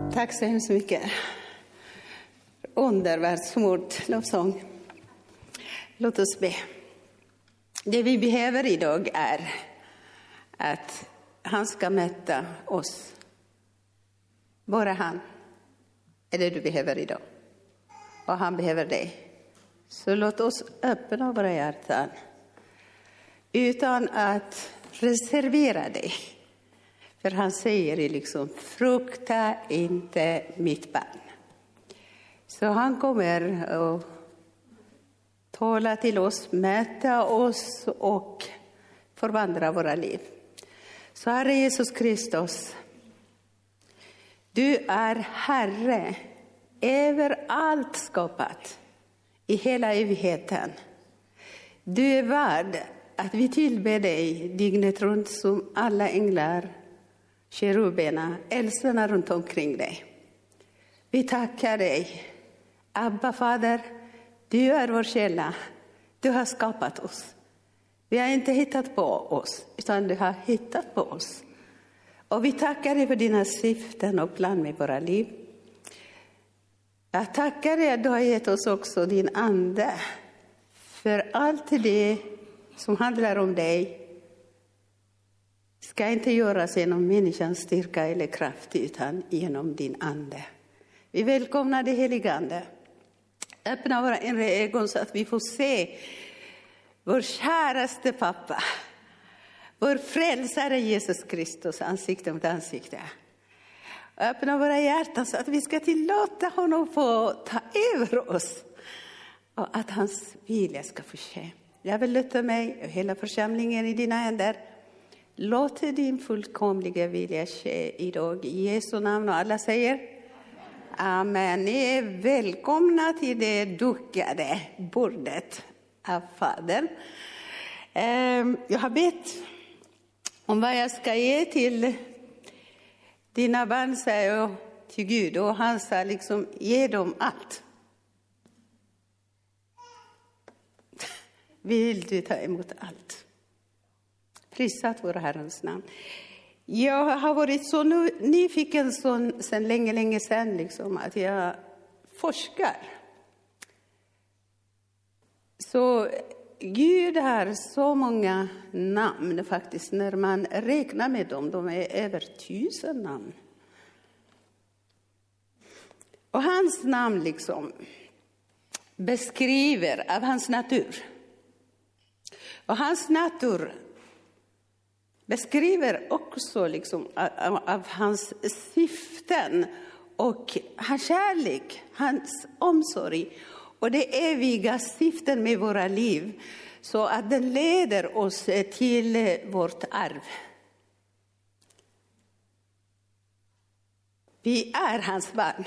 Tack så hemskt mycket. Underbart smort lovsång. Låt oss be. Det vi behöver idag är att han ska mätta oss. Bara han är det du behöver idag. Och han behöver dig. Så låt oss öppna våra hjärtan utan att reservera dig. För han säger liksom, frukta inte mitt barn. Så han kommer att tala till oss, mäta oss och förvandla våra liv. Så Herre Jesus Kristus, du är Herre över allt skapat i hela evigheten. Du är värd att vi tillber dig dygnet runt som alla änglar, keruberna, älsarna runt omkring dig. Vi tackar dig. Abba Fader, du är vår källa. Du har skapat oss. Vi har inte hittat på oss, utan du har hittat på oss. Och vi tackar dig för dina syften och plan med våra liv. Jag tackar dig att du har gett oss också din ande. För allt det som handlar om dig ska inte göras genom människans styrka eller kraft, utan genom din ande. Vi välkomnar dig, helige ande. Öppna våra inre ögon så att vi får se vår käraste pappa, vår frälsare Jesus Kristus, ansikte mot ansikte. Öppna våra hjärtan så att vi ska tillåta honom få ta över oss och att hans vilja ska få ske. Jag vill lyfta mig och hela församlingen i dina händer. Låt din fullkomliga vilja ske idag i Jesu namn, och alla säger amen. Ni är välkomna till det dukade bordet av Fadern. Jag har bett om vad jag ska ge till dina barn, säger jag till Gud, och han sa liksom, ge dem allt. Vill du ta emot allt? Prisat vår Herrens namn. Jag har varit så nyfiken sedan länge sedan liksom, att jag forskar. Så Gud har så många namn faktiskt, när man räknar med dem. De är över 1000 namn. Och hans namn liksom beskriver av hans natur. Och hans natur beskriver också liksom av hans syften och hans kärlek, hans omsorg och det eviga syften med våra liv, så att den leder oss till vårt arv. Vi är hans barn.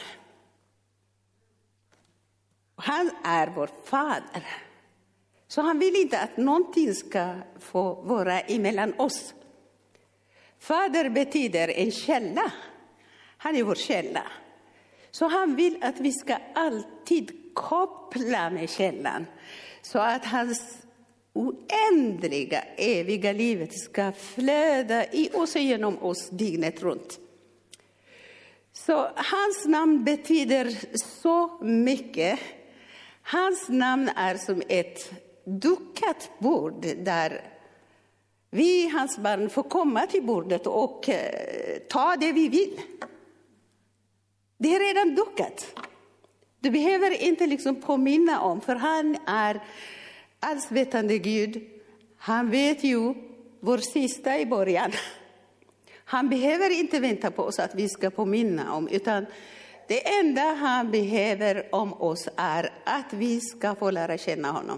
Han är vår fader. Så han vill inte att någonting ska få vara emellan oss. Fader betyder en källa. Han är vår källa. Så han vill att vi ska alltid koppla med källan. Så att hans oändliga, eviga livet ska flöda i oss och genom oss dygnet runt. Så hans namn betyder så mycket. Hans namn är som ett dukat bord där vi, hans barn, får komma till bordet och ta det vi vill. Det är redan dukat. Du behöver inte liksom påminna om, för han är allsvetande Gud. Han vet ju vår sista i början. Han behöver inte vänta på oss att vi ska påminna om, utan det enda han behöver om oss är att vi ska få lära känna honom.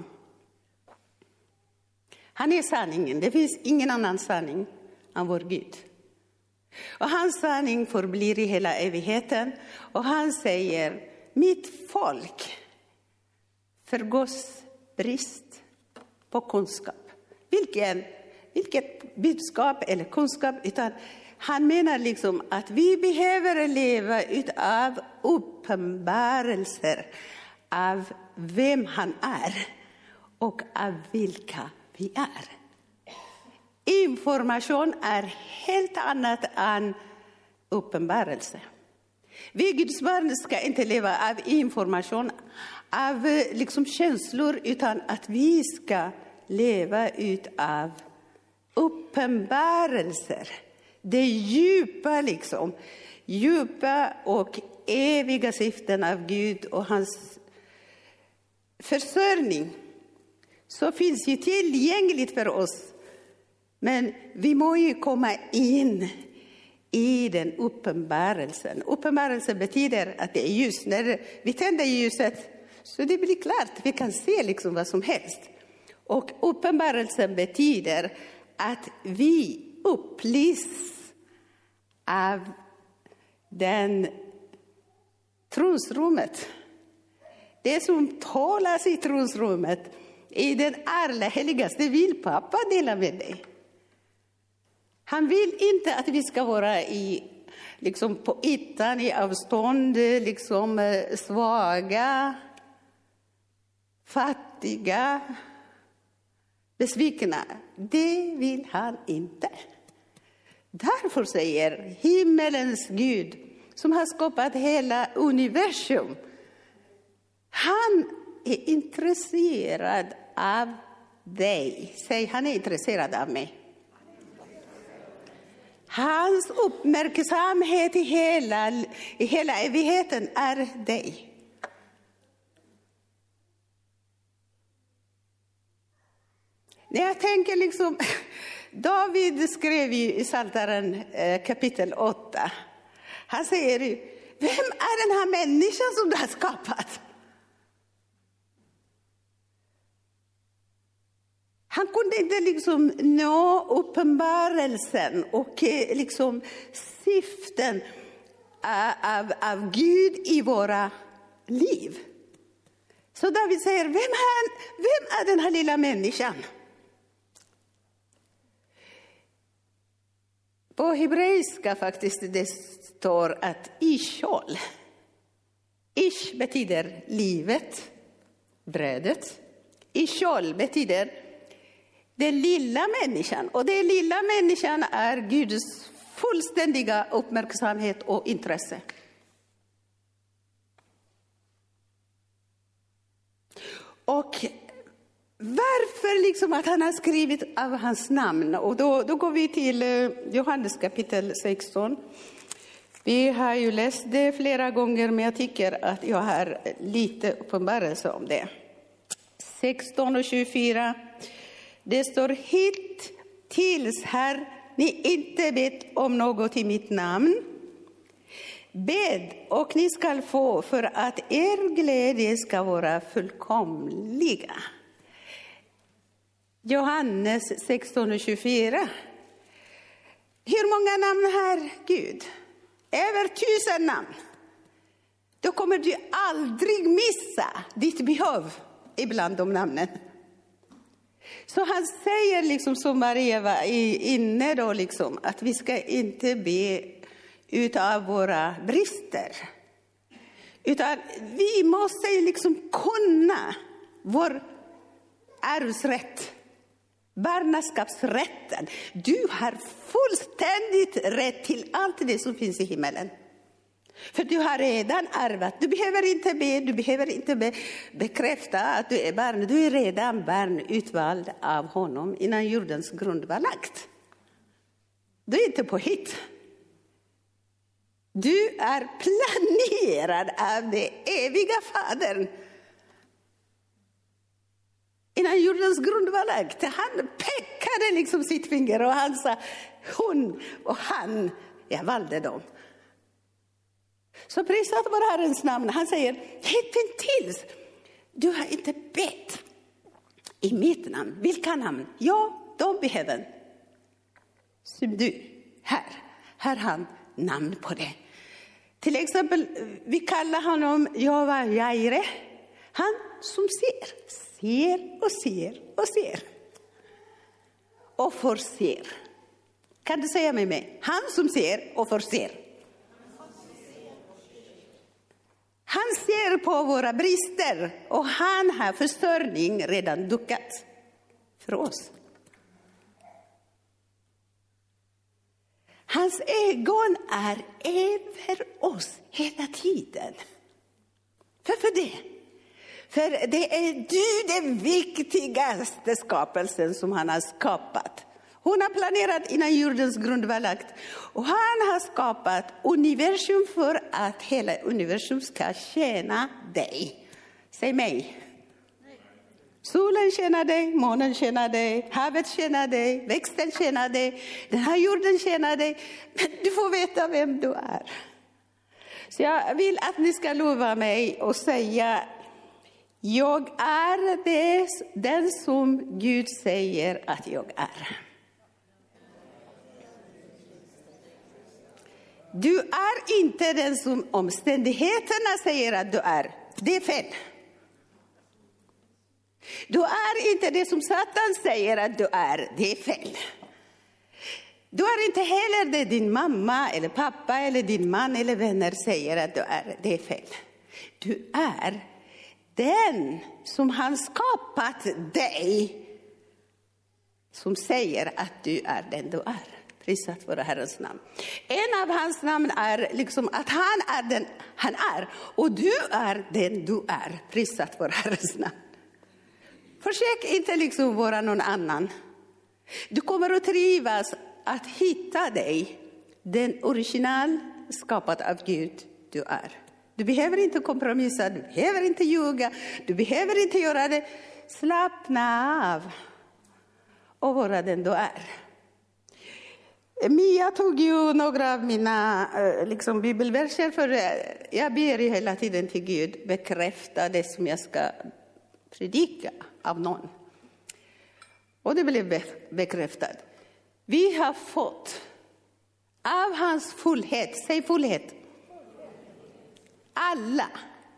Han är sanningen. Det finns ingen annan sanning än vår Gud. Och hans sanning förblir i hela evigheten. Och han säger, mitt folk förgås brist på kunskap. Vilket budskap eller kunskap, utan han menar liksom att vi behöver leva utav uppenbarelser av vem han är och av vilka vi är. Information är helt annat än uppenbarelse. Vi Guds barn ska inte leva av information, av liksom känslor, utan att vi ska leva ut av uppenbarelser. Det djupa liksom, djupa och eviga syften av Gud och hans försörjning. Så finns ju tillgängligt för oss. Men vi må ju komma in i den uppenbarelsen. Uppenbarelsen betyder att det är ljus. När vi tänder ljuset så det blir klart. Vi kan se liksom vad som helst. Och uppenbarelsen betyder att vi upplys av den tronsrummet. Det som talas i tronsrummet, i den allra heligaste, vill pappa dela med dig. Han vill inte att vi ska vara liksom på ytan, i avstånd, liksom svaga, fattiga, besvikna. Det vill han inte. Därför säger himmelens Gud, som har skapat hela universum, han är intresserad av dig. Säg, han är intresserad av mig. Hans uppmärksamhet i hela evigheten är dig. När jag tänker liksom, David skrev i Psaltaren kapitel 8. Han säger, vem är den här människan som du har skapat? Han kunde inte liksom nå uppenbarelsen och liksom syften av Gud i våra liv. Så David säger, vem är den här lilla människan? På hebreiska faktiskt det står att ishol. Ish betyder livet, brödet. Ishol betyder den lilla människan. Och den lilla människan är Guds fullständiga uppmärksamhet och intresse. Och varför liksom att han har skrivit av hans namn? Och då går vi till Johannes kapitel 16. Vi har ju läst det flera gånger, men jag tycker att jag har lite uppenbarelse om det. 16 och 24. Det står, hit tills här ni inte vet om något i mitt namn. Bed och ni ska få, för att er glädje ska vara fullkomliga. Johannes 16 och 24. Hur många namn har Gud? Över 1000 namn. Då kommer du aldrig missa ditt behov ibland de namnen. Så han säger liksom, som Maria var inne då, liksom, att vi ska inte be utav våra brister. Utan vi måste liksom kunna vår arvsrätt. Barnaskapsrätten. Du har fullständigt rätt till allt det som finns i himmelen. För du har redan arvat. Du behöver inte bekräfta att du är barn. Du är redan barn, utvald av honom innan jordens grund var lagt. Du är inte på hit. Du är planerad av det eviga fadern. Innan jordens grund var lagt. Han pekade liksom sitt finger och han sa, hon och han, jag valde dem. Så prisat var Herrens namn. Han säger, hittills, du har inte bett i mitt namn. Vilka namn? Ja, de behöver. Som du, här har han namn på det. Till exempel, vi kallar honom Jehova Jaire. Han som ser och ser och ser. Och förser. Kan du säga med mig? Han som ser och förser. Han ser på våra brister och han har försörjning redan dukat för oss. Hans ögon är över oss hela tiden. Varför det? För det är du den viktigaste skapelsen som han har skapat. Hon har planerat innan jordens grund var lagt. Och han har skapat universum för att hela universum ska tjäna dig. Säg mig. Solen tjänar dig, månen tjänar dig, havet tjänar dig, växten tjänar dig, den här jorden tjänar dig. Men du får veta vem du är. Så jag vill att ni ska lova mig och säga: jag är den som Gud säger att jag är. Du är inte den som omständigheterna säger att du är. Det är fel. Du är inte det som Satan säger att du är. Det är fel. Du är inte heller det din mamma eller pappa eller din man eller vänner säger att du är. Det är fel. Du är den som har skapat dig, som säger att du är den du är. Prisat vare Herrens namn. En av hans namn är liksom att han är den han är. Och du är den du är. Prisat vare Herrens namn. Försök inte liksom vara någon annan. Du kommer att trivas att hitta dig. Den original skapad av Gud du är. Du behöver inte kompromissa. Du behöver inte ljuga. Du behöver inte göra det. Slappna av. Och vara den du är. Mia tog ju några av mina bibelverser. För jag ber ju hela tiden till Gud bekräfta det som jag ska predika av någon. Och det blev bekräftat. Vi har fått av hans fullhet, säg fullhet. Alla.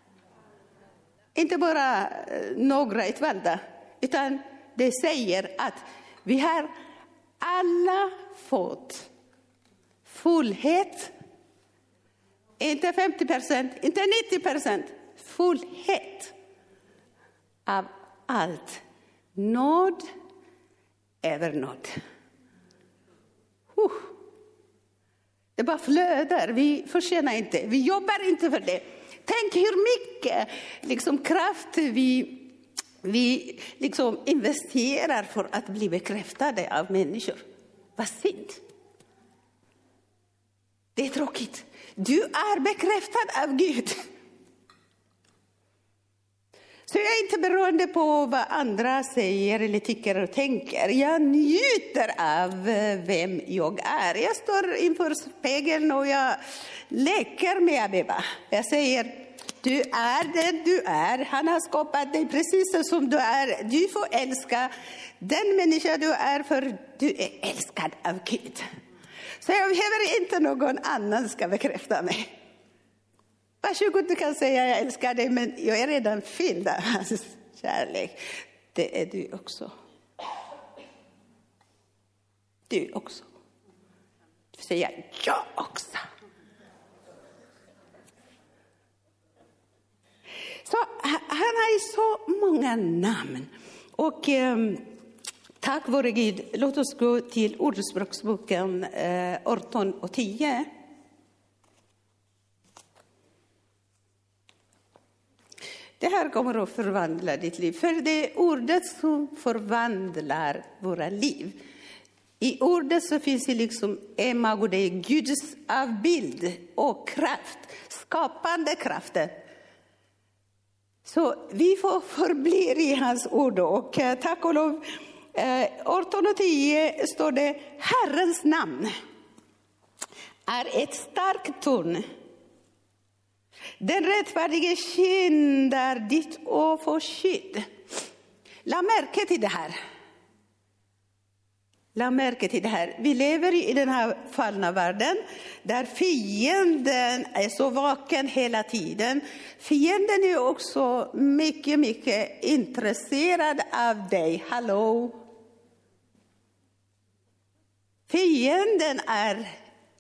Inte bara några utvalda, utan det säger att vi har alla fått fullhet. Inte 50%, inte 90%, fullhet av allt. Nåd över nåd. Det bara flödar. Vi förtjänar inte. Vi jobbar inte för det. Tänk hur mycket kraft vi investerar för att bli bekräftade av människor. Vad synd. Det är tråkigt. Du är bekräftad av Gud. Så jag är inte beroende på vad andra säger eller tycker och tänker. Jag njuter av vem jag är. Jag står inför spegeln och jag leker med Abeba. Jag säger, du är den du är. Han har skapat dig precis som du är. Du får älska den människa du är, för du är älskad av Gud. Så jag behöver inte någon annan ska bekräfta mig. Varsågod, du kan säga jag älskar dig, men jag är redan fylld av hans kärlek. Det är du också. Du också. Du säger jag också. Så han har ju så många namn. Och tack vare Gud, låt oss gå till Ordspråksboken 18:10. Det här kommer att förvandla ditt liv. För det är ordet som förvandlar våra liv. I ordet så finns det imago, det är Guds avbild och kraft. Skapande kraften. Så vi får förbli i hans ord. Och tack och lov, 18:10 står det: Herrens namn är ett starkt torn. Den rättfärdige skyndar dit och får skydd. La märke till det här. La märke till det här. Vi lever i den här fallna världen där fienden är så vaken hela tiden. Fienden är också mycket, mycket intresserad av dig. Hallå? Fienden är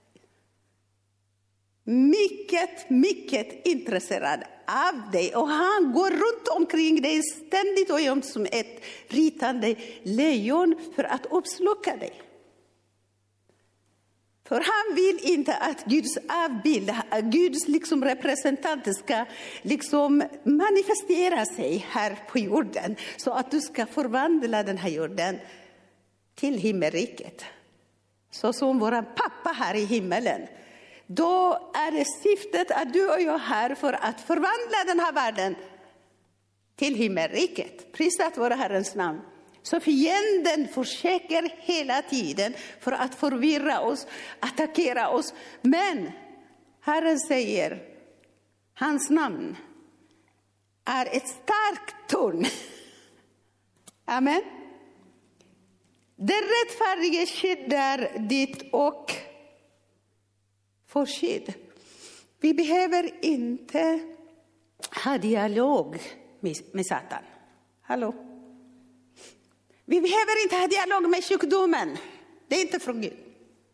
mycket, mycket intresserad av dig. Och han går runt omkring dig ständigt och jämt som ett ritande lejon för att uppsluka dig. För han vill inte att Guds avbild, Guds liksom representant ska liksom manifestera sig här på jorden. Så att du ska förvandla den här jorden till himmelriket. Så som vår pappa här i himmelen. Då är det syftet att du och jag är här för att förvandla den här världen till himmelriket. Prisat vår Herrens namn. Så fienden försöker hela tiden för att förvirra oss, attackera oss. Men Herren säger, hans namn är ett starkt torn. Amen. Den rättfärdige skyddar ditt och får skydd. Vi behöver inte ha dialog med Satan. Hallå? Vi behöver inte ha dialog med sjukdomen. Det är inte från Gud.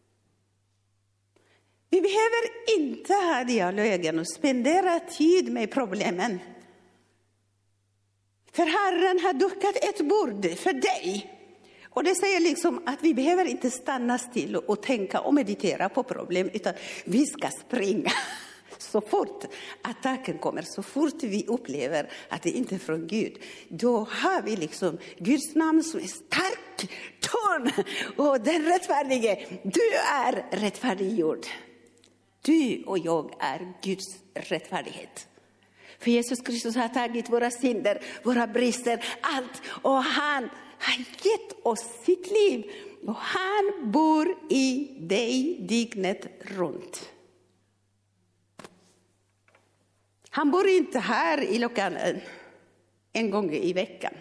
Vi behöver inte ha dialogen och spendera tid med problemen. För Herren har dukat ett bord för dig. Och det säger liksom att vi behöver inte stanna still och tänka och meditera på problem. Utan vi ska springa. Så fort attacken kommer, så fort vi upplever att det inte är från Gud, då har vi liksom Guds namn som är stark torn. Och den rättfärdige, du är rättfärdiggjord. Du och jag är Guds rättfärdighet. För Jesus Kristus har tagit våra synder, våra brister, allt. Och han har gett oss sitt liv. Och han bor i dig dygnet runt. Han bor inte här i lokalen en gång i veckan.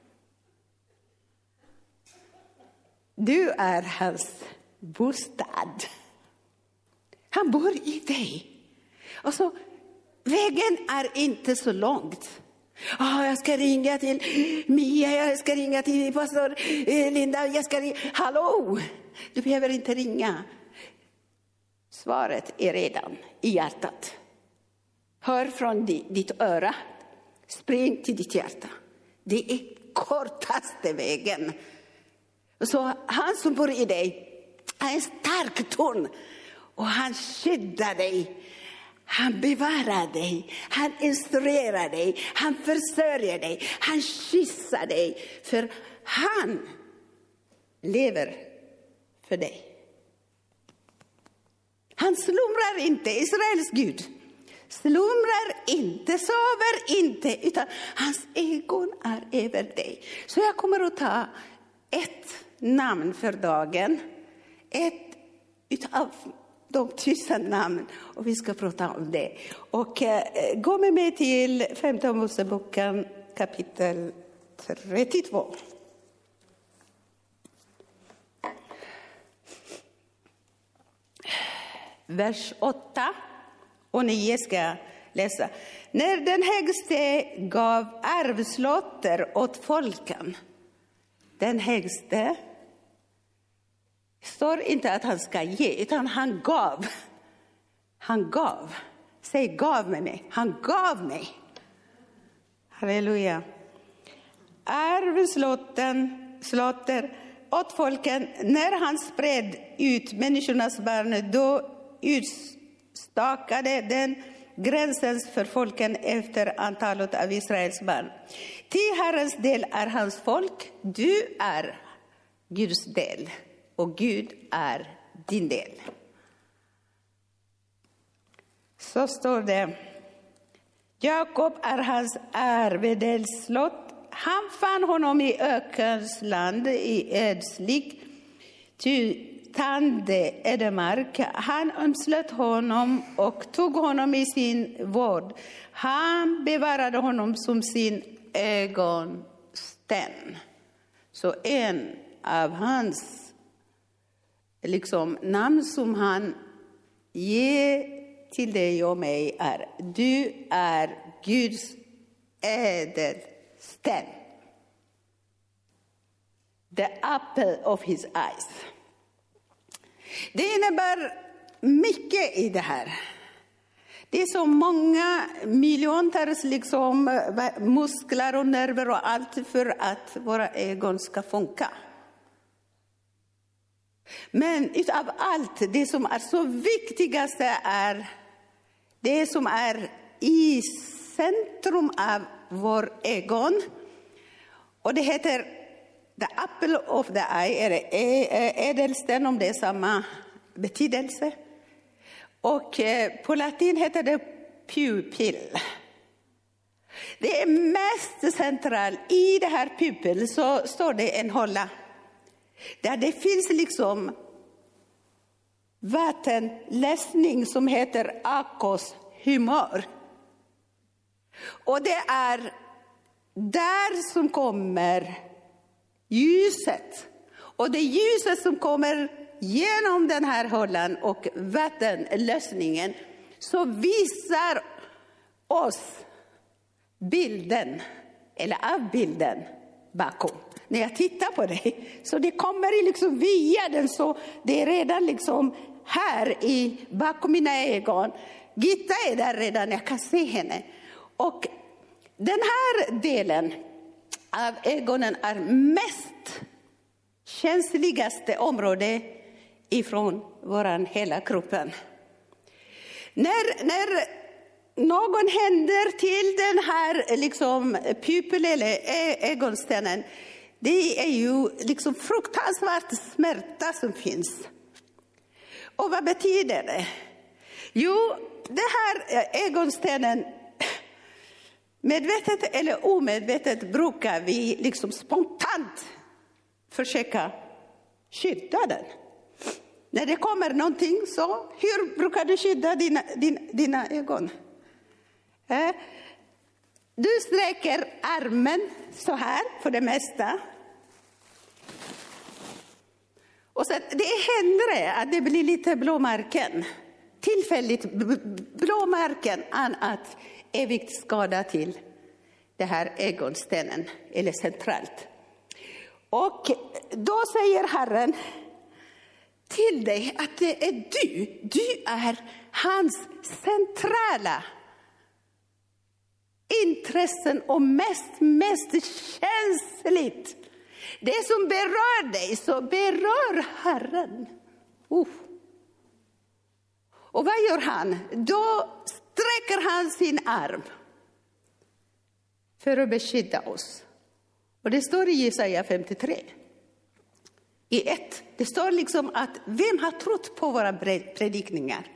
Du är hans bostad. Han bor i dig. Och så, vägen är inte så långt. Jag ska ringa till Mia, jag ska ringa till pastor Linda, jag ska ringa. Hallå, du behöver inte ringa. Svaret är redan i hjärtat. Hör från ditt öra, spring till ditt hjärta. Det är kortaste vägen. Så han som bor i dig är en stark torn. Och han skyddar dig. Han bevarar dig. Han instruerar dig. Han försörjer dig. Han kyssar dig. För han lever för dig. Han slumrar inte, Israels Gud. Slumrar inte, sover inte, utan hans ögon är över dig. Så jag kommer att ta ett namn för dagen. Ett utav de 1000 namn. Och vi ska prata om det. Och gå med mig till 5:e Moseboken kapitel 32. Vers 8 och 9 ska jag läsa. När den högste gav arvslotter åt folken. Den högste står inte att han ska ge, utan han gav. Han gav. Säg gav med mig. Han gav mig. Halleluja. Arvslotter åt folken. När han spred ut människornas barn, då utstakade den gränsen för folken efter antalet av Israels barn. Till Herrens del är hans folk. Du är Guds del. Och Gud är din del. Så står det. Jakob är hans arvedelslott. Han fann honom i ökens land, i ödslig tande ödemark. Han omslöt honom och tog honom i sin vård. Han bevarade honom som sin ögonsten. Så en av hans namn som han ger till dig och mig är: du är Guds ädelsten. The apple of his eyes. Det innebär mycket i det här. Det är så många miljontals muskler och nerver och allt för att våra ögon ska funka. Men utav allt, det som är så viktigaste är det som är i centrum av vår ögon. Och det heter the apple of the eye, ädelsten, om det är samma betydelse. Och på latin heter det pupil. Det är mest centralt. I det här pupil så står det en hålla. Där det finns liksom vattenläsning som heter akos humor. Och det är där som kommer ljuset. Och det ljuset som kommer genom den här hålan och vattenlösningen så visar oss bilden, eller av bilden bakom. När jag tittar på det så det kommer liksom via den, så det är redan liksom här bakom mina ögon. Gitta är där redan, jag kan se henne. Och den här delen av ögonen är mest känsligaste område ifrån våran hela kroppen. När någon händer till den här liksom pupil eller ögonstenen, det är ju liksom fruktansvärt smärta som finns. Och vad betyder det? Jo, det här ögonstenen, medvetet eller omedvetet, brukar vi liksom spontant försöka skydda den. När det kommer någonting så, hur brukar du skydda dina ögon? Du sträcker armen så här för det mesta. Och sen, det händer att det blir lite blåmärken. Tillfälligt blåmärken att evigt skada till det här ögonstenen eller centralt. Och då säger Herren till dig att det är du är hans centrala intressen och mest känsligt. Det som berör dig så berör Herren. Och vad gör han? Då sträcker han sin arm för att beskydda oss. Och det står i Jesaja 53. I 1. Det står liksom att vem har trott på våra predikningar?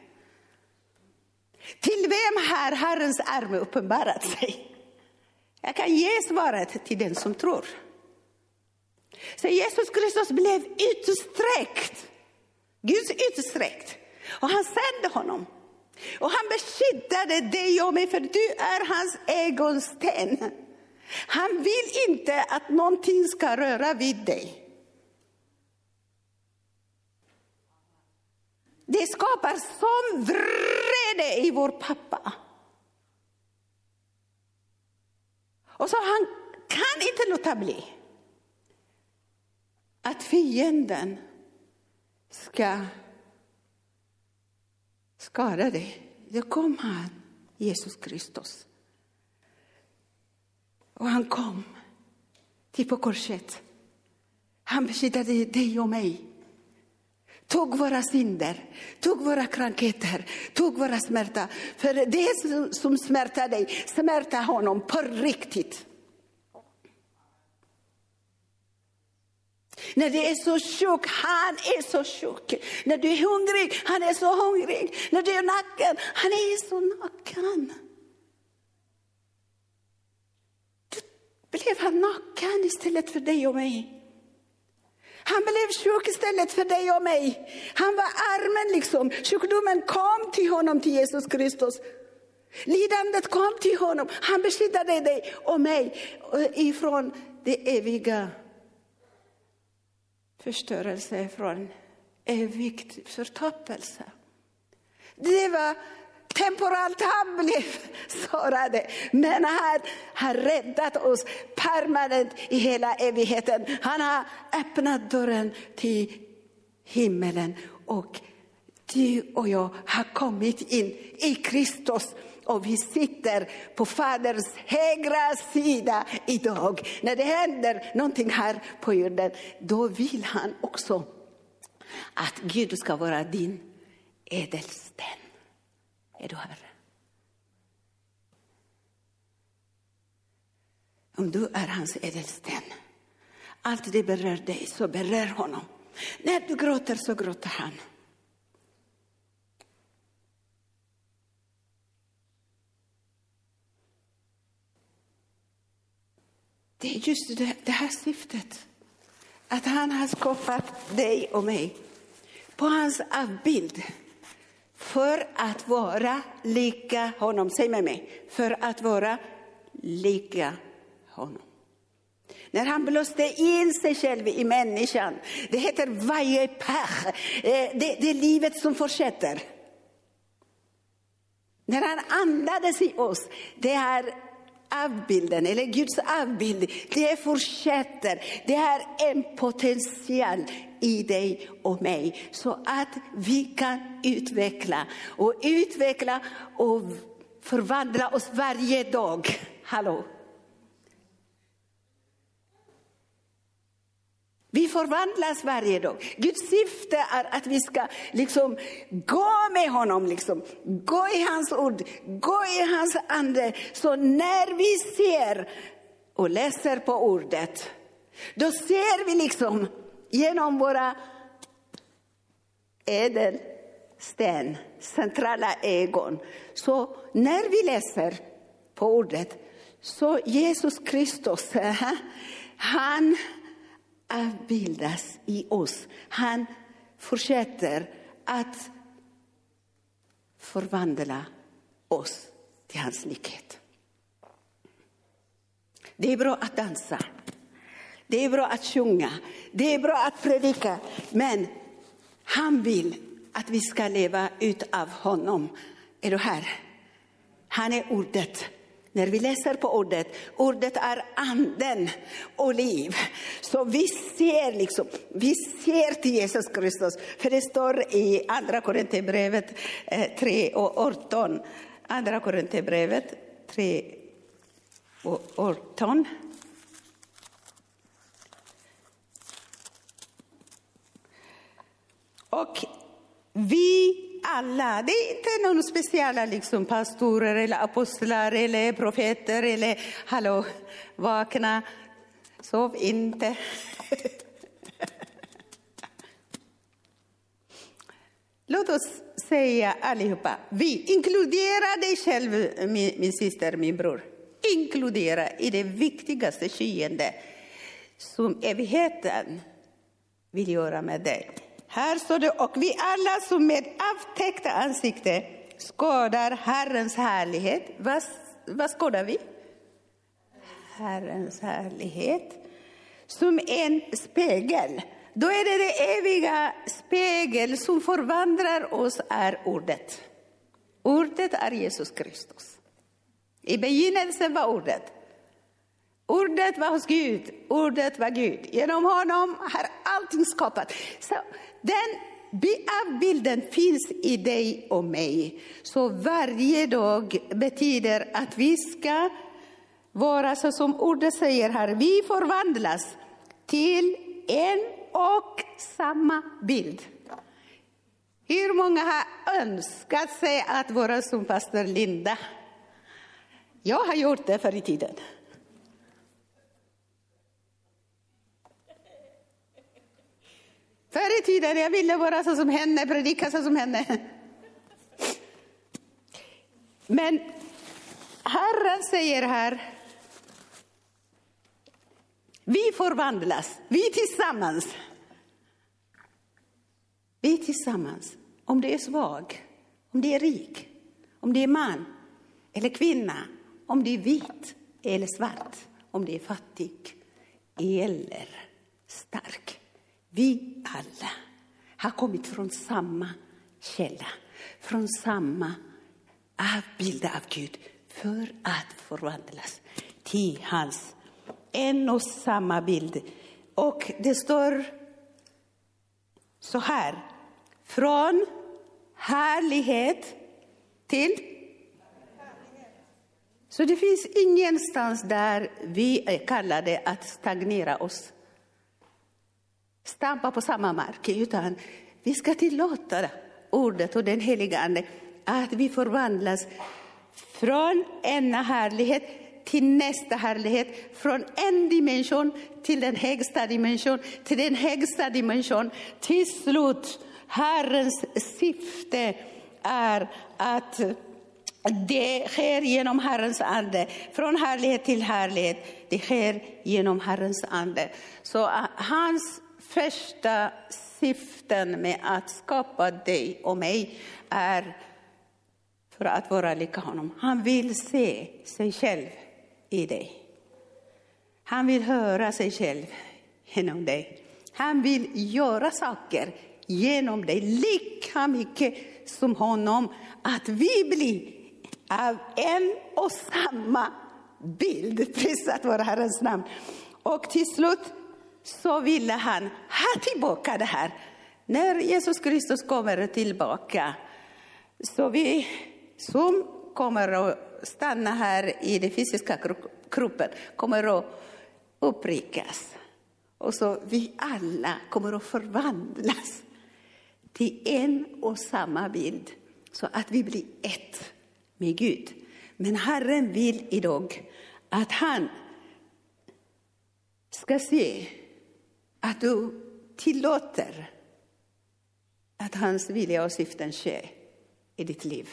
Till vem har Herrens arm uppenbarat sig? Jag kan ge svaret till den som tror. Så Jesus Kristus blev utsträckt. Guds utsträckt. Och han sände honom. Och han beskyddade dig och mig, för du är hans ögonsten. Han vill inte att någonting ska röra vid dig. Det skapar sån vrede i vår pappa. Och så han kan inte låta bli att fienden ska skada dig. Då kom han, Jesus Kristus. Och han kom till på korset. Han beskyddade dig och mig. Tog våra synder, tog våra krankheter, tog våra smärta. För det som smärtar dig, smärtar honom på riktigt. När du är så sjuk, han är så sjuk. När du är hungrig, han är så hungrig. När du är naken, han är så naken. Du blev han naken istället för dig och mig. Han blev sjuk istället för dig och mig. Han var armen liksom. Sjukdomen kom till honom, till Jesus Kristus. Lidandet kom till honom. Han beskyddade dig och mig ifrån det eviga förstörelse, från evig förtappelse. Det var temporalt han blev sårade, men han har räddat oss permanent i hela evigheten. Han har öppnat dörren till himmelen, och du och jag har kommit in i Kristus. Och vi sitter på Faderns högra sida idag. När det händer någonting här på jorden, då vill han också Att Gud ska vara din ädelsten. Är du här? Om du är hans ädelsten, allt det berör dig så berör honom. När du gråter så gråter han. Det är just det här syftet. Att han har skapat dig och mig på hans avbild. För att vara lika honom. Säg med mig. För att vara lika honom. När han blåste in sig själv i människan. Det heter vajepach. Det är livet som fortsätter. När han andades i oss. Det är avbilden, eller Guds avbild. Det fortsätter. Det är en potential i dig och mig. Så att vi kan utveckla och förvandla oss varje dag. Hallå. Vi förvandlas varje dag. Guds syfte är att vi ska gå med honom. Gå i hans ord. Gå i hans ande. Så när vi ser och läser på ordet. Då ser vi genom våra ädelsten. Centrala ögon. Så när vi läser på ordet. Så Jesus Kristus. Han avbildas i oss. Han fortsätter att förvandla oss till hans likhet. Det är bra att dansa. Det är bra att sjunga. Det är bra att predika. Men han vill att vi ska leva ut av honom. Är du här? Han är ordet. När vi läser på ordet är anden och liv. Så vi ser till Jesus Kristus. För det står i andra Korinthierbrevet 3:18. Andra Korinthierbrevet 3:18. Och vi alla, det är inte någon speciella pastorer eller apostlar eller profeter eller hallå, vakna, sov inte. Låt oss säga allihopa, vi inkluderar dig själv, min syster, min bror. Inkludera i det viktigaste skeende som evigheten vill göra med dig. Här står det, och vi alla som med avtäckta ansikte skådar Herrens härlighet. Vad skådar vi? Herrens härlighet. Som en spegel. Då är det eviga spegel som förvandlar oss är ordet. Ordet är Jesus Kristus. I begynnelsen var ordet. Ordet var hos Gud. Ordet var Gud. Genom honom har allting skapat. Så den avbilden finns i dig och mig. Så varje dag betyder att vi ska vara så som ordet säger här. Vi förvandlas till en och samma bild. Hur många har önskat sig att vara som pastor Linda? Jag har gjort det förr i tiden. Förr i tiden jag ville vara så som henne, predika så som henne. Men Herren säger här, vi förvandlas, vi tillsammans. Vi tillsammans, om det är svag, om det är rik, om det är man eller kvinna, om det är vit eller svart, om det är fattig eller stark. Vi alla har kommit från samma källa, från samma avbild av Gud för att förvandlas till hans en och samma bild. Och det står så här, från härlighet till. Så det finns ingenstans där vi är kallade att stagnera oss. stampa på samma mark, utan vi ska tillåta ordet och den heliga ande att vi förvandlas från en härlighet till nästa härlighet, från en dimension till den högsta dimension, till den högsta dimension. Till slut, Herrens syfte är att det sker genom Herrens ande. Från härlighet till härlighet, det sker genom Herrens ande. Så hans första syften med att skapa dig och mig är för att vara lika honom. Han vill se sig själv i dig. Han vill höra sig själv genom dig. Han vill göra saker genom dig lika mycket som honom. Att vi blir av en och samma bild. Prisat vår Herrens namn. Och till slut så ville han ha tillbaka det här. När Jesus Kristus kommer tillbaka, så vi som kommer att stanna här i den fysiska kroppen kommer att uppryckas. Och så vi alla kommer att förvandlas till en och samma bild, så att vi blir ett med Gud. Men Herren vill idag att han ska se att du tillåter att hans vilja och syften sker i ditt liv.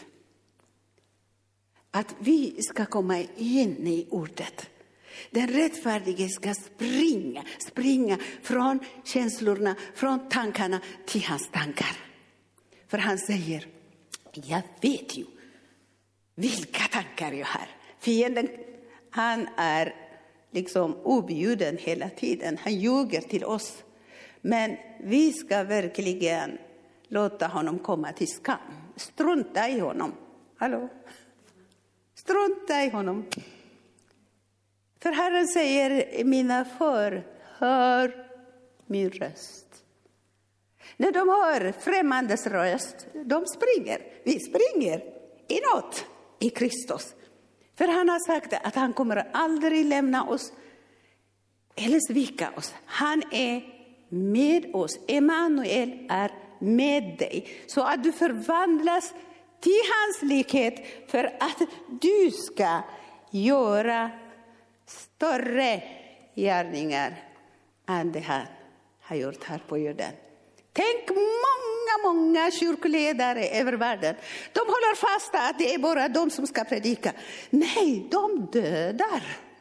Att vi ska komma in i ordet. Den rättfärdige ska springa från känslorna, från tankarna till hans tankar. För han säger, jag vet ju vilka tankar jag har. Fienden, han är liksom objuden hela tiden. Han ljuger till oss. Men vi ska verkligen låta honom komma till skam. Strunta i honom. Hallå? Strunta i honom. För Herren säger, mina hör min röst. När de hör främmandes röst, de springer. Vi springer inåt i Kristus. För han har sagt att han kommer aldrig lämna oss eller svika oss. Han är med oss. Emmanuel är med dig. Så att du förvandlas till hans likhet, för att du ska göra större gärningar än det han har gjort här på jorden. Tänk många kyrkoledare över världen. De håller fast att det är bara de som ska predika. Nej, de dödar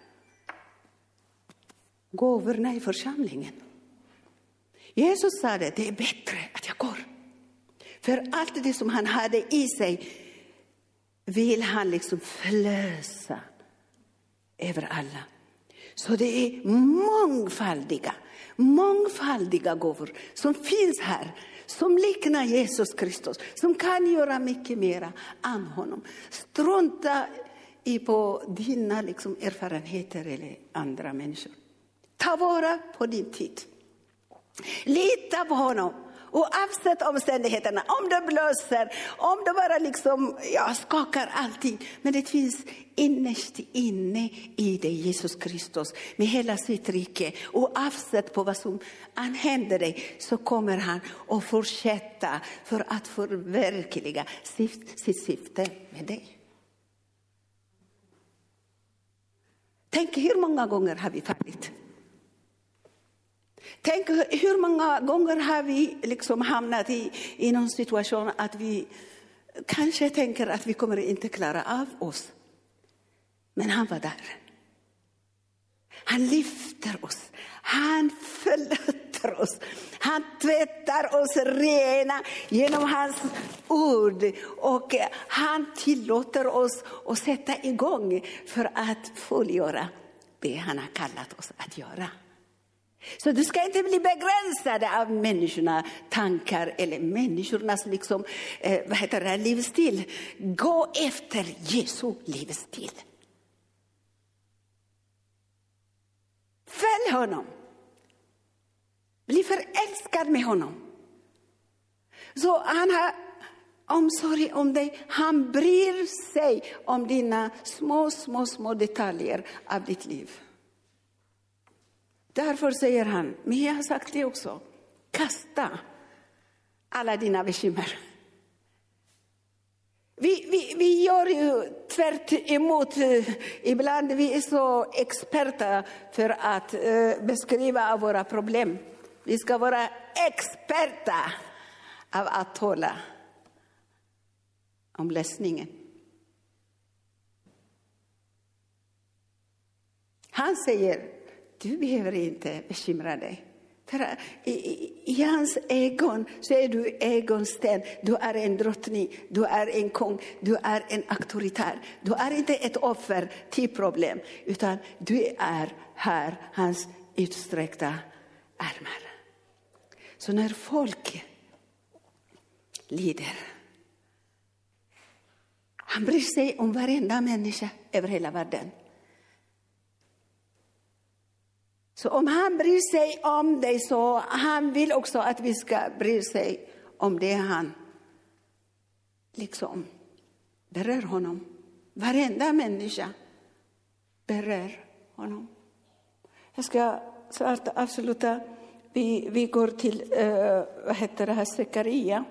gåvorna i församlingen. Jesus sa det är bättre att jag går. För allt det som han hade i sig vill han liksom förlösa över alla. Så det är mångfaldiga gåvor som finns här, som liknar Jesus Kristus, som kan göra mycket mera än honom. Strunta i på dina liksom erfarenheter eller andra människor. Ta vara på din tid. Lita på honom. Och avsätt omständigheterna, om det blåser, om det bara liksom, skakar allting. Men det finns innerst inne i dig Jesus Kristus med hela sitt rike. Och avsätt på vad som händer dig, så kommer han att fortsätta för att förverkliga sitt syfte med dig. Tänk hur många gånger har vi fallit? Tänk hur många gånger har vi liksom hamnat i någon situation att vi kanske tänker att vi kommer inte klara av oss. Men han var där. Han lyfter oss. Han förlåter oss. Han tvättar oss rena genom hans ord. Och han tillåter oss att sätta igång för att fullgöra det han har kallat oss att göra. Så du ska inte bli begränsad av människornas tankar eller människornas liksom, livsstil. Gå efter Jesu livsstil. Följ honom. Bli förälskad med honom. Så han har omsorg om dig. Han bryr sig om dina små detaljer av ditt liv. Därför säger han, men jag har sagt det också. kasta alla dina bekymmer. Vi gör ju tvärt emot. Ibland vi är så experta för att beskriva våra problem. Vi ska vara experta av att tala om lösningen. Han säger, du behöver inte bekymra dig. För i hans ögon så är du ögonsten. Du är en drottning, du är en kung, du är en auktoritär. Du är inte ett offer till problem, utan du är här, hans utsträckta armar. Så när folk lider, han bryr sig om varenda människa över hela världen. Så om han bryr sig om dig, så han vill också att vi ska bry sig om det han liksom berör honom. Varenda människa berör honom. Jag ska snart avsluta. Vi går till Sekaria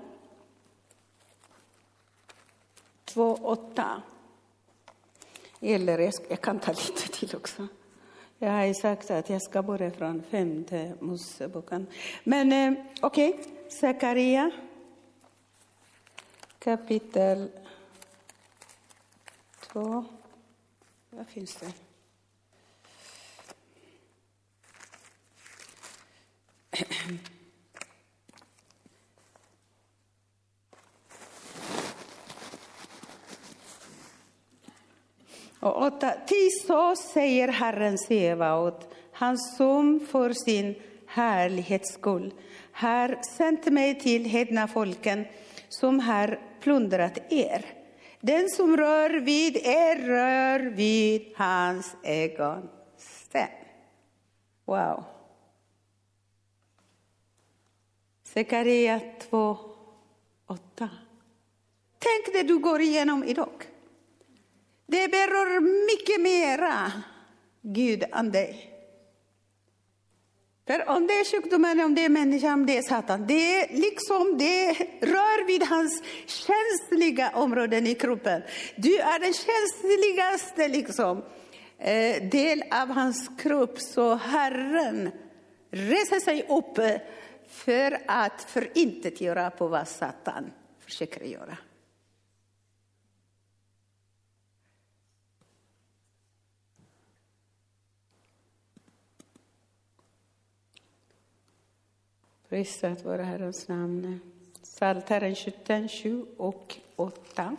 2:8. Eller jag kan ta lite till också. Jag har sagt att jag ska börja från 5:e Moseboken. Men okej. Sekaria kapitel 2. Vad finns det? Och 8. Så säger Herren Sebaot, han som för sin härlighets skull har sänt mig till hedna folken som har plundrat er. Den som rör vid er rör vid hans ögonsten. Wow. Sekaria 2:8. Tänk det du går igenom idag. Det berör mycket mera Gud än dig. För om det är sjukdomen, om det är människan, om det är Satan, det rör vid hans känsliga områden i kroppen. Du är den känsligaste del av hans kropp. Så Herren reser sig upp för att förintetgöra på vad Satan försöker göra. Prisat vare Herrens namn. Psaltaren 17, 7 och 8.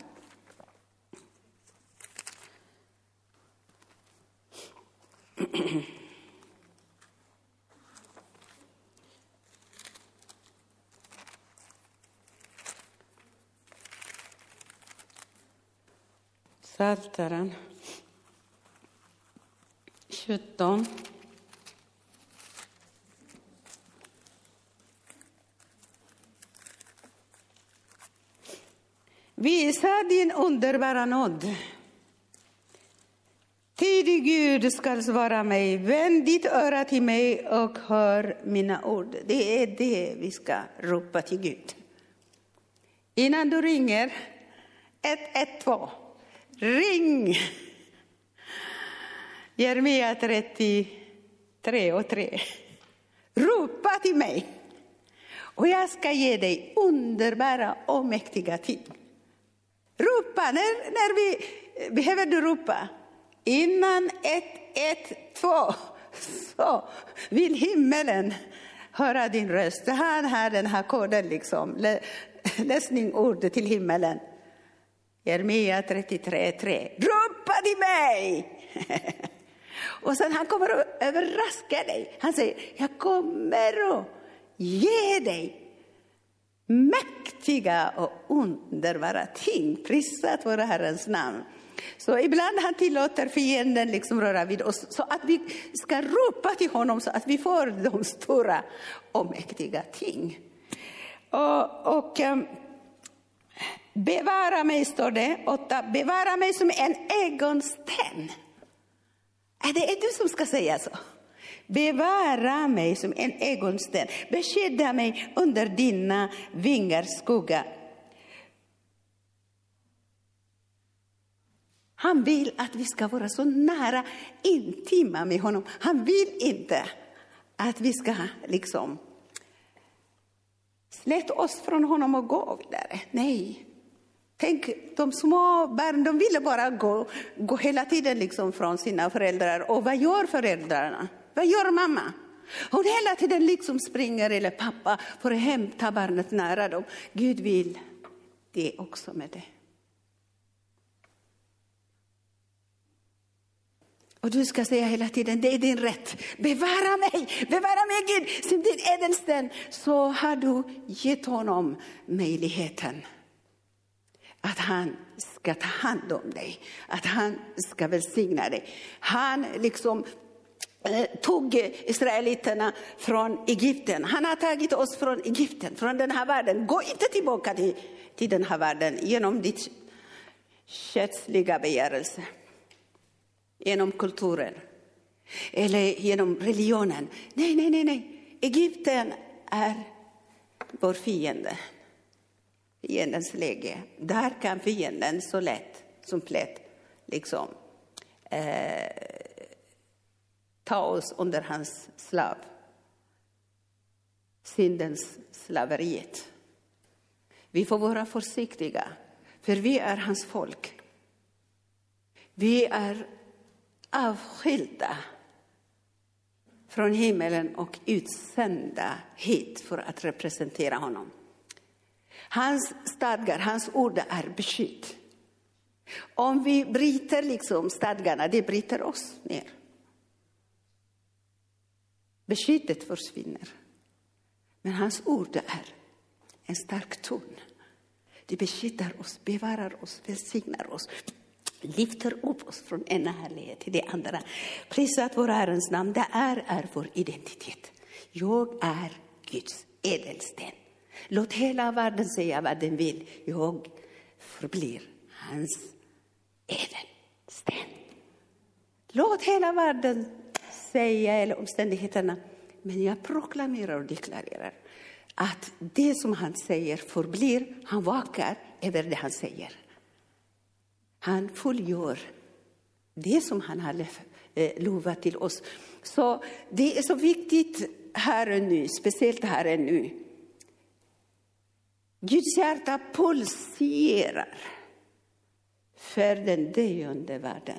Psaltaren 17. Visa din underbara nåd. Tidig Gud ska svara mig. Vänd ditt öra till mig och hör mina ord. Det är det vi ska ropa till Gud. Innan du ringer 112. Ring. Jeremia 33:3. Ropa till mig. Och jag ska ge dig underbara och mäktiga ting. Ropa, när vi behöver du ropa. Innan 112 så vill himmelen höra din röst. Han har den här koden läsningsord till himmelen. Jeremia 33:3. Ropa till mig! Och sen han kommer att överraska dig. Han säger, jag kommer att ge dig mäktiga och underbara ting. Prisat vare Herrens namn. Så ibland han tillåter fienden röra vid oss. Så att vi ska ropa till honom så att vi får de stora och mäktiga ting. Och bevara mig, står det 8. Bevara mig som en ögonsten. Det är du som ska säga så. Bevara mig som en ögonsten. Beskydda mig under dina vingars skugga. Han vill att vi ska vara så nära, intima med honom. Han vill inte att vi ska liksom släta oss från honom och gå vidare. Nej. Tänk, de små barn, de ville bara gå hela tiden liksom från sina föräldrar. Och vad gör föräldrarna? Vad gör mamma? Hon hela tiden liksom springer, eller pappa, för att hämta barnet nära dem. Gud vill det också med det. Och du ska säga hela tiden, det är din rätt. Bevara mig Gud, som din ädelsten. Så har du gett honom möjligheten att han ska ta hand om dig. Att han ska välsigna dig. Han liksom tog israeliterna från Egypten. Han har tagit oss från Egypten, från den här världen. Gå inte tillbaka till den här världen genom ditt kötsliga begärelse. Genom kulturen. Eller genom religionen. Nej. Egypten är vår fiende. Fiendens läge. Där kan fienden så lätt som plätt liksom ta oss under hans slav. Syndens slaveriet. Vi får vara försiktiga. För vi är hans folk. Vi är avskilda från himmelen och utsända hit för att representera honom. Hans stadgar, hans ord är beskydd. Om vi bryter liksom stadgarna, det bryter oss ner. Beskyddet försvinner. Men hans ord är en stark ton. Det beskyddar oss, bevarar oss, välsignar oss. Lyfter upp oss från en härlighet till det andra. Prisat vår Herrens namn, det är vår identitet. Jag är Guds ädelsten. Låt hela världen säga vad den vill. Jag förblir hans ädelsten. Låt hela världen säga, eller omständigheterna. Men jag proklamerar och deklarerar att det som han säger förblir. Han vakar över det han säger. Han fullgör det som han har lovat till oss. Så det är så viktigt här och nu, speciellt här och nu. Guds hjärta pulserar för den döende världen.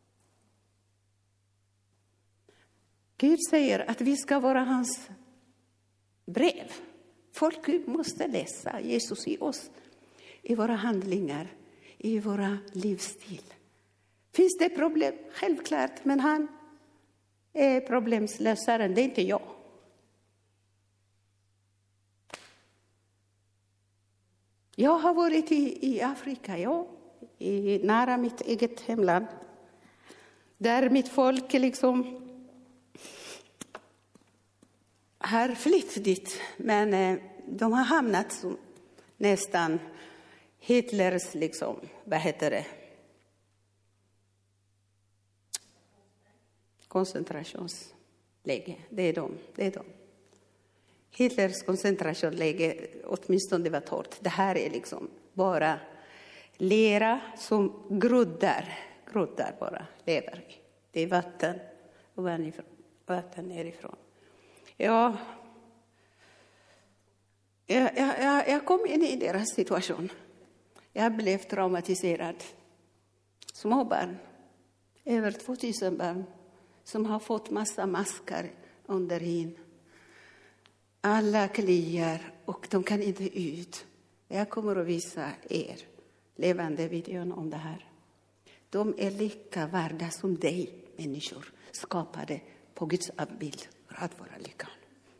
Gud säger att vi ska vara hans brev. Folk måste läsa Jesus i oss, i våra handlingar, i våra livsstil. Finns det problem? Självklart, men han är problemslösaren, det är inte jag. Jag har varit i Afrika, nära mitt eget hemland. Där mitt folk liksom har flytt dit. Men de har hamnat som nästan Hitlers liksom, koncentrationsläge. Det är de. Hitlers koncentrationsläge, åtminstone var hårt. Det här är liksom bara lera som groddar bara lever i. Det är vatten och vatten nerifrån. Jag kom in i deras situation. Jag blev traumatiserad. Små barn, över 2000 barn som har fått massa maskar under hyn. Alla kliar och de kan inte ut. Jag kommer att visa er levande videon om det här. De är lika värda som dig människor, skapade på Guds avbild för att vara likadana.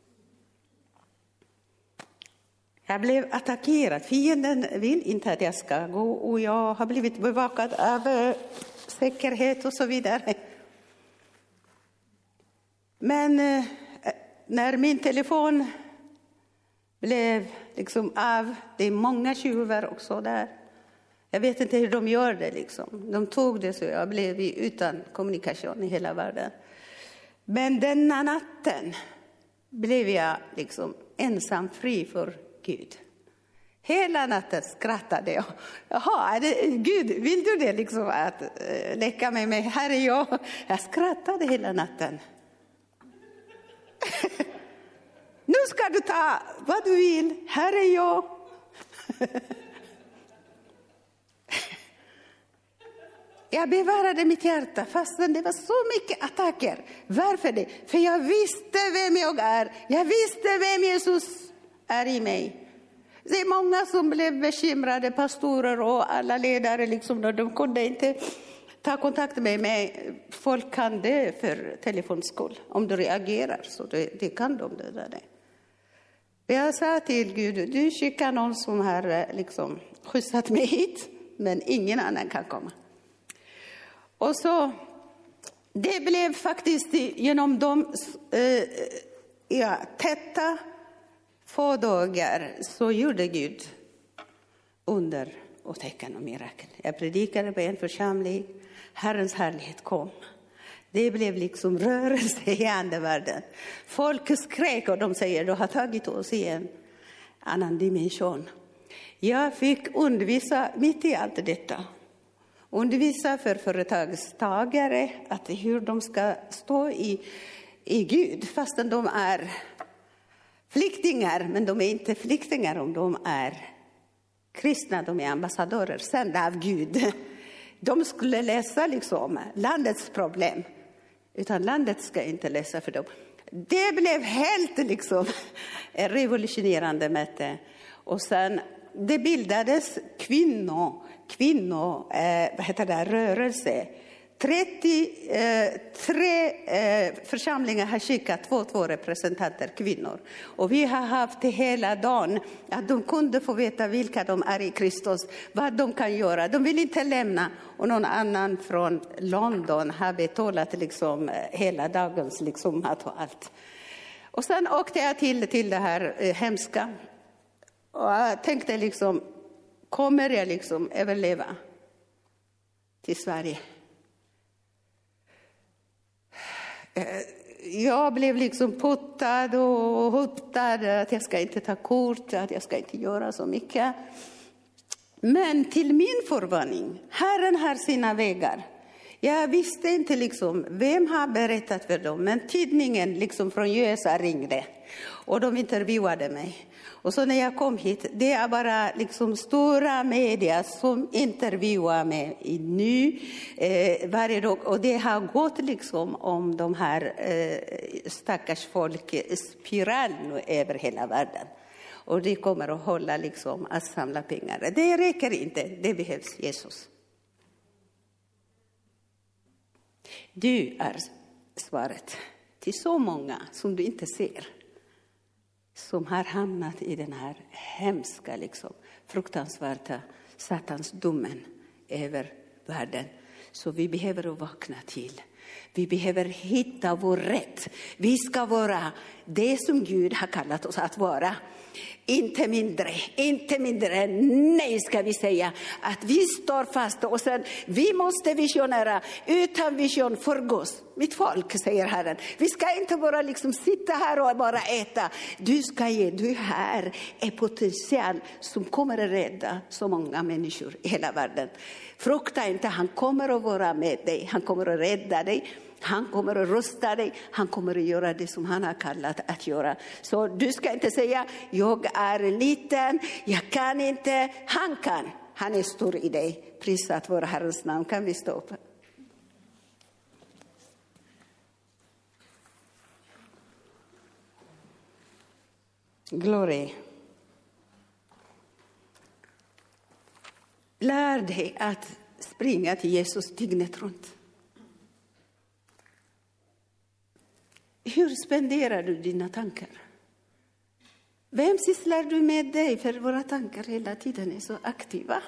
Jag blev attackerad. Fienden vill inte att jag ska gå och jag har blivit bevakad av säkerhet och så vidare. Men när min telefon blev liksom av, det är många tjuvar också där. Jag vet inte hur de gör det liksom. De tog det så jag blev utan kommunikation i hela världen. Men denna natten blev jag liksom ensam fri för Gud. Hela natten skrattade jag. Jaha, Gud, vill du det liksom att leka med mig? Här är jag. Jag skrattade hela natten. Nu ska du ta vad du vill. Här är jag. Jag bevarade mitt hjärta fastän det var så mycket attacker. Varför det? För jag visste vem jag är. Jag visste vem Jesus är i mig. Det är många som blev bekymrade, pastorer och alla ledare. Liksom, de kunde inte ta kontakt med mig. Folk kan det för telefonskull. Om du reagerar så det kan de det där. Jag sa till Gud, du skickar någon som har liksom skjutsat mig hit. Men ingen annan kan komma. Och så, det blev faktiskt genom de täta få dagar så gjorde Gud under och tecken och mirakel. Jag predikade på en församling, Herrens härlighet kom. Det blev liksom rörelse i andevärlden. Folk skrek och de säger, du har tagit oss i en annan dimension. Jag fick undervisa mitt i allt detta. Undervisa för företagstagare att hur de ska stå i Gud fastän de är flyktingar, men de är inte flyktingar om de är kristna, de är ambassadörer sända av Gud. De skulle läsa liksom landets problem, utan landet ska inte läsa för dem. Det blev helt liksom revolutionerande möte. Och sen det bildades rörelse. 33 församlingar har skickat 2 representanter kvinnor. Och vi har haft hela dagen att de kunde få veta vilka de är i Kristus. Vad de kan göra. De vill inte lämna. Och någon annan från London har betalat liksom hela dagens liksom mat och allt. Och sen åkte jag till det här hemska. Och jag tänkte liksom, kommer jag liksom överleva till Sverige? Jag blev liksom puttad och hotad att jag ska inte ta kort, att jag ska inte göra så mycket. Men till min förvåning, Herren har sina vägar. Jag visste inte liksom vem har berättat för dem, men tidningen liksom från USA ringde och de intervjuade mig. Och så när jag kom hit, det är bara liksom stora media som intervjuar mig nu varje dag. Och det har gått liksom om de här stackars folk spiral nu över hela världen. Och det kommer att hålla liksom att samla pengar. Det räcker inte, det behövs Jesus. Du är svaret till så många som du inte ser. Som har hamnat i den här hemska, liksom, fruktansvärda satansdomen över världen. Så vi behöver vakna till. Vi behöver hitta vår rätt. Vi ska vara det som Gud har kallat oss att vara. Inte mindre. Nej, ska vi säga. Att vi står fast och sen vi måste visionera. Utan vision förgås mitt folk, säger Herren. Vi ska inte bara liksom sitta här och bara äta. Du ska ge, du här är potential som kommer att rädda så många människor i hela världen. Frukta inte, han kommer att vara med dig. Han kommer att rädda dig. Han kommer att rusta dig. Han kommer att göra det som han har kallat att göra. Så du ska inte säga, jag är liten, jag kan inte. Han kan. Han är stor i dig. Prisat vår Herrens namn. Kan vi stå upp? Glory. Lär dig att springa till Jesus dygnet runt. Hur spenderar du dina tankar? Vem sysslar du med dig? För våra tankar hela tiden är så aktiva.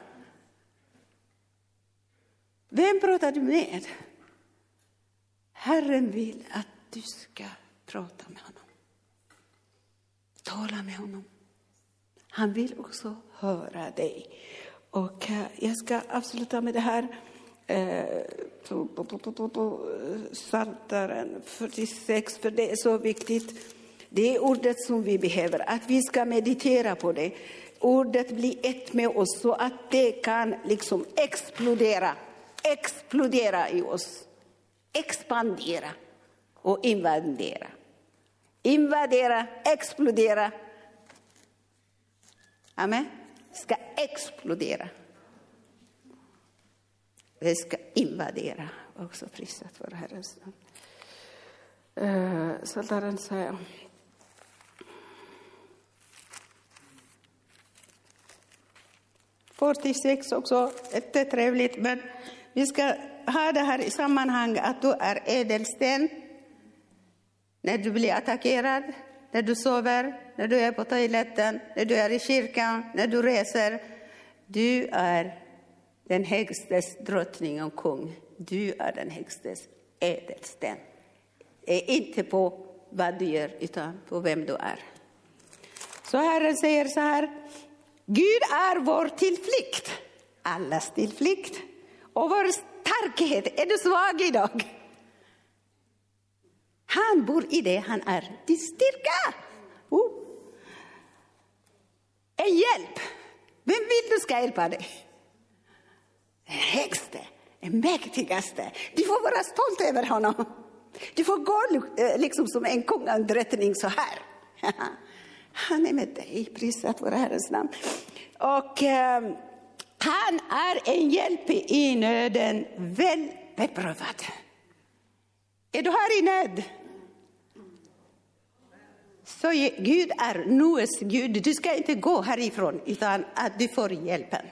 Vem pratar du med? Herren vill att du ska prata med honom. Tala med honom. Han vill också höra dig. Och jag ska avsluta med det här. Psaltaren 46, för det är så viktigt. Det är ordet som vi behöver, att vi ska meditera på det. Ordet blir ett med oss så att det kan liksom explodera i oss. Expandera och invadera. Invadera, explodera. Amen. Ska explodera. Det ska invadera. Också prisat för Herrens namn. Psaltaren säger: 46 också, inte trevligt, men vi ska ha det här i sammanhang att du är ädelsten när du blir attackerad, när du sover, när du är på toaletten, när du är i kyrkan, när du reser. Du är den högstes drottning och kung. Du är den högstes ädelsten. Inte på vad du gör, utan på vem du är. Så Herren säger så här: Gud är vår tillflykt, allas tillflykt och vår starkhet. Är du svag idag? Han bor i det, han är din styrka. En hjälp. Vem vill du ska hjälpa dig? Den högste, den mäktigaste. Du får vara stolt över honom. Du får gå liksom som en kungadrättning så här. Han är med dig, prisat vår Herrens namn. Och han är en hjälp i nöden, väl beprövad. Är du här i nöd? Så Gud är nuets Gud. Du ska inte gå härifrån utan att du får hjälpen.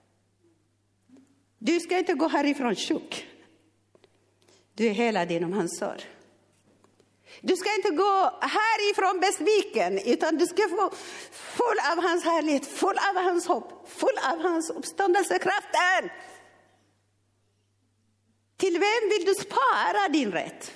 Du ska inte gå härifrån sjuk. Du är hela din om hans sår. Du ska inte gå härifrån besviken, utan du ska få full av hans härlighet, full av hans hopp, full av hans uppståndelsekraften. Till vem vill du spara din rätt?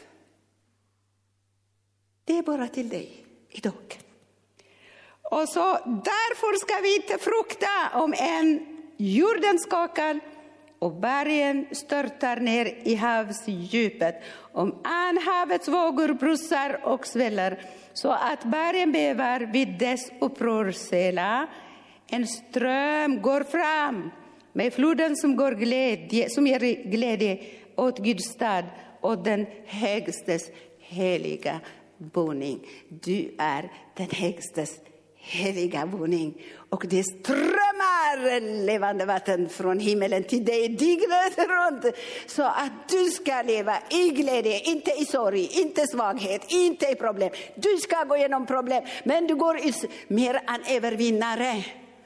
Det är bara till dig idag. Och så därför ska vi inte frukta om en jorden skakar och bergen störtar ner i havsdjupet, om havets vågor brussar och sväller så att bergen bävar vid dess upprorsela. En ström går fram med floden som ger glädje åt Guds stad och den högstes heliga boning. Du är den högstes heliga boning, och det strömmar levande vatten från himmelen till dig dygnet runt, så att du ska leva i glädje, inte i sorg, inte i svaghet, inte i problem. Du ska gå igenom problem, men du går mer än övervinnare.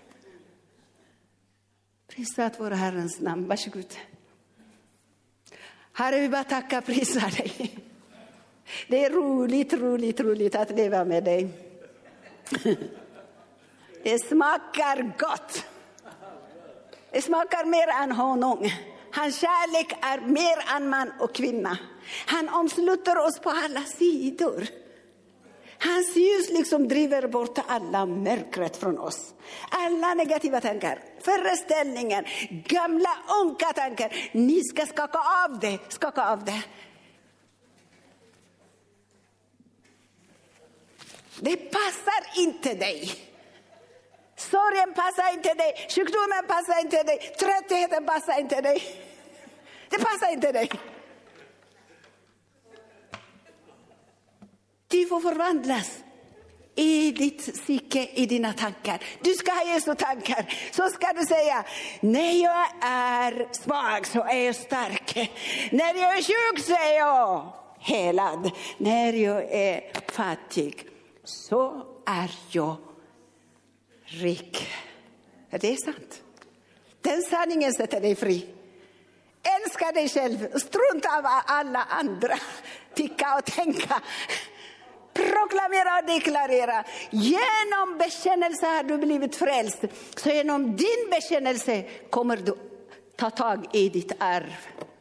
Prisat vår Herrens namn. Varsågod. Herre, vi bara tackar, prisar dig. Det är roligt att leva med dig. Det smakar gott. Det smakar mer än honung. Hans kärlek är mer än man och kvinna. Han omsluter oss på alla sidor. Hans ljus liksom driver bort alla mörkret från oss. Alla negativa tankar, föreställningar, gamla onka tankar. Ni ska skaka av det. Det passar inte dig. Sorgen passar inte dig. Sjukdomen passar inte dig. Tröttheten passar inte dig. Det passar inte dig. Du får förvandlas i ditt psyke, i dina tankar. Du ska ha Jesu tankar. Så ska du säga: när jag är svag så är jag stark. När jag är sjuk så är jag helad. När jag är fattig så är jag rik. Det är sant. Den sanningen sätter dig fri. Älska dig själv. Strunta av alla andra. Tycka och tänka. Proklamera och deklarera. Genom bekännelse har du blivit frälst. Så genom din bekännelse kommer du ta tag i ditt arv.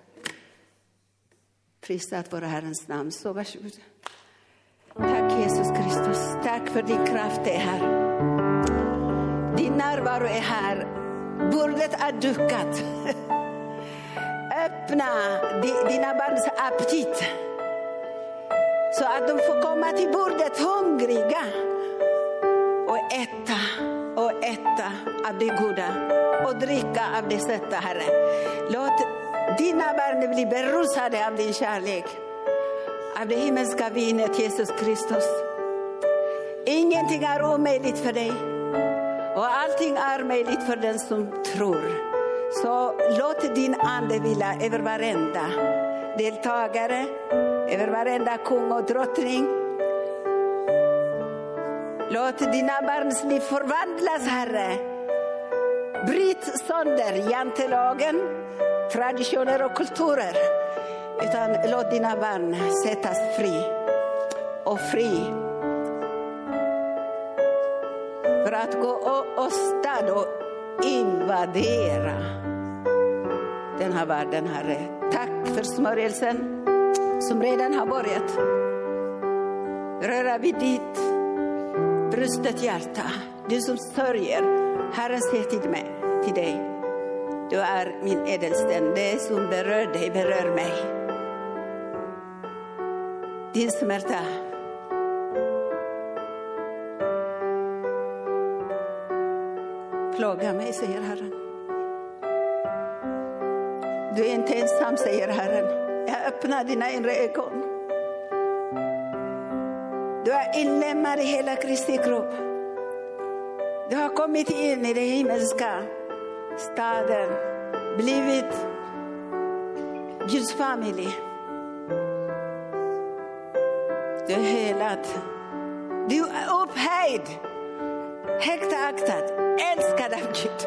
Prisat vår Herrens namn. Så varsågod. Tack Jesus Kristus. Tack för din kraft är här. Din närvaro är här. Bordet är dukat. öppna dina barns aptit. Så att de får komma till bordet hungriga och äta av det goda och dricka av det söta, Herre. Låt dina barn bli berusade av din kärlek, av det himmelska vinet Jesus Kristus. Ingenting är omöjligt för dig och allting är möjligt för den som tror. Så låt din ande vila över varenda deltagare, över varenda kung och drottning. Låt dina barns liv förvandlas, Herre. Bryt sönder jantelagen, traditioner och kulturer. Utan låt dina barn sättas fri och fri. För att gå och stad och invadera den här världen, Herre. Tack för smörjelsen som redan har börjat. Röra vid ditt brustet hjärta. Du som sörjer, Herren säger till dig. Du är min ädelsten. Det som berör dig berör mig. Din smärta. Plåga mig, säger Herren. Du är inte ensam, säger Herren. Jag öppnar dina inre ögon. Du är inlämnad i hela Kristi kropp. Du har kommit in i det himmelska staden. Blivit Guds familj. Du är helad. Du är upphöjd. Högt aktad. Älskad av Gud.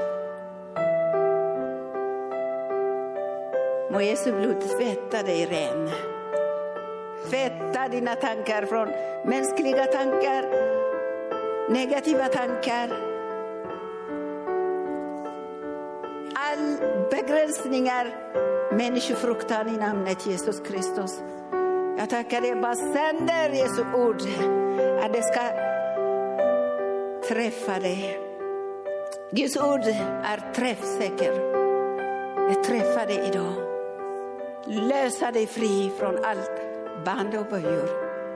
Må Jesu blod tvätta dig ren. Tvätta dina tankar från mänskliga tankar, negativa tankar. All begränsningar, människofruktan i namnet Jesus Kristus. Jag tackar dig, bara sänder Jesu ord att det ska träffa dig. Guds ord är träffsäker. Det träffar dig idag. Lösa dig fri från allt band och bojor.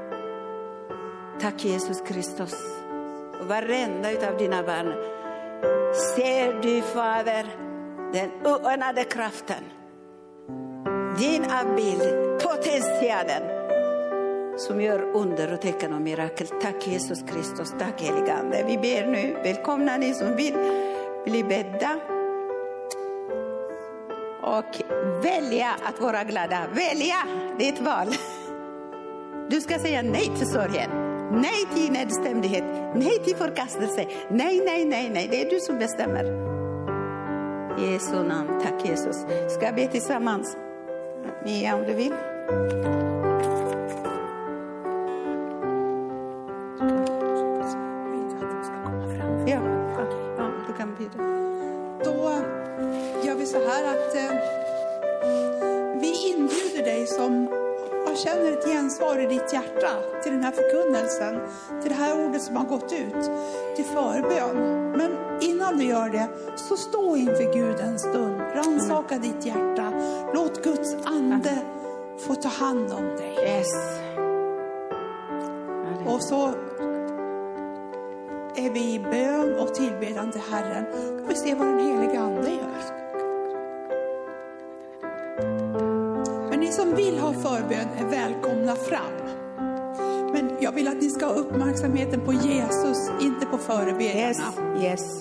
Tack Jesus Kristus. Och varenda utav dina barn ser du, Fader, den oanade kraften. Din avbild, potentialen som gör under och tecken och mirakel. Tack Jesus Kristus, tack helige Ande. Vi ber nu, välkomna ni som vill bli bedda. Och välja att vara glada. Välja, det är ett val. Du ska säga nej till sorgen. Nej till nedstämdhet. Nej till förkastelse. Nej. Det är du som bestämmer. I Jesu namn, tack Jesus. Ska be tillsammans. Mia, om du vill. Ja, du kan bjuda. Då gör vi så här att vi inbjuder dig som känner ett gensvar i ditt hjärta till den här förkunnelsen, till det här ordet som har gått ut, till förbön. Men innan du gör det, så stå inför Gud en stund. Rannsaka ditt hjärta. Låt Guds ande få ta hand om dig. Yes. Och så är vi i bön och tillbedjan till Herren. Vi ser vad den heliga ande gör. Men ni som vill ha förbön är välkomna fram. Men jag vill att ni ska ha uppmärksamheten på Jesus, inte på förebedjarna. Yes.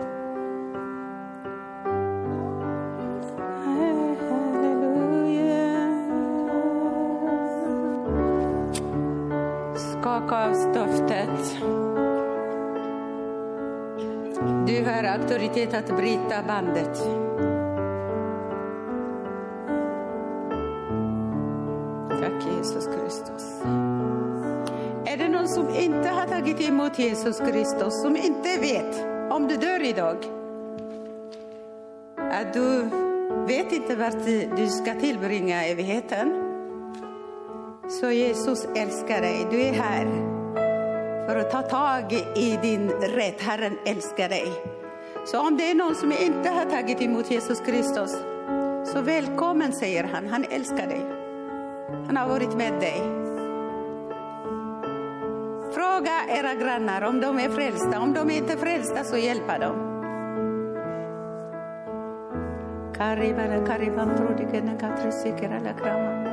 Skaka av stoftet. Du har auktoritet att bryta bandet. Tack Jesus Kristus. Är det någon som inte har tagit emot Jesus Kristus, som inte vet om du dör idag? Att du vet inte vart du ska tillbringa evigheten? Så Jesus älskar dig. Du är här för att ta tag i din rätt. Herren älskar dig. Så om det är någon som inte har tagit emot Jesus Kristus, Så välkommen, säger han. Han älskar dig. Han har varit med dig. Fråga era grannar om de är frälsta. Om de inte är frälsta så hjälpa dem. Karibala karibam prodigena katrisikera la krama.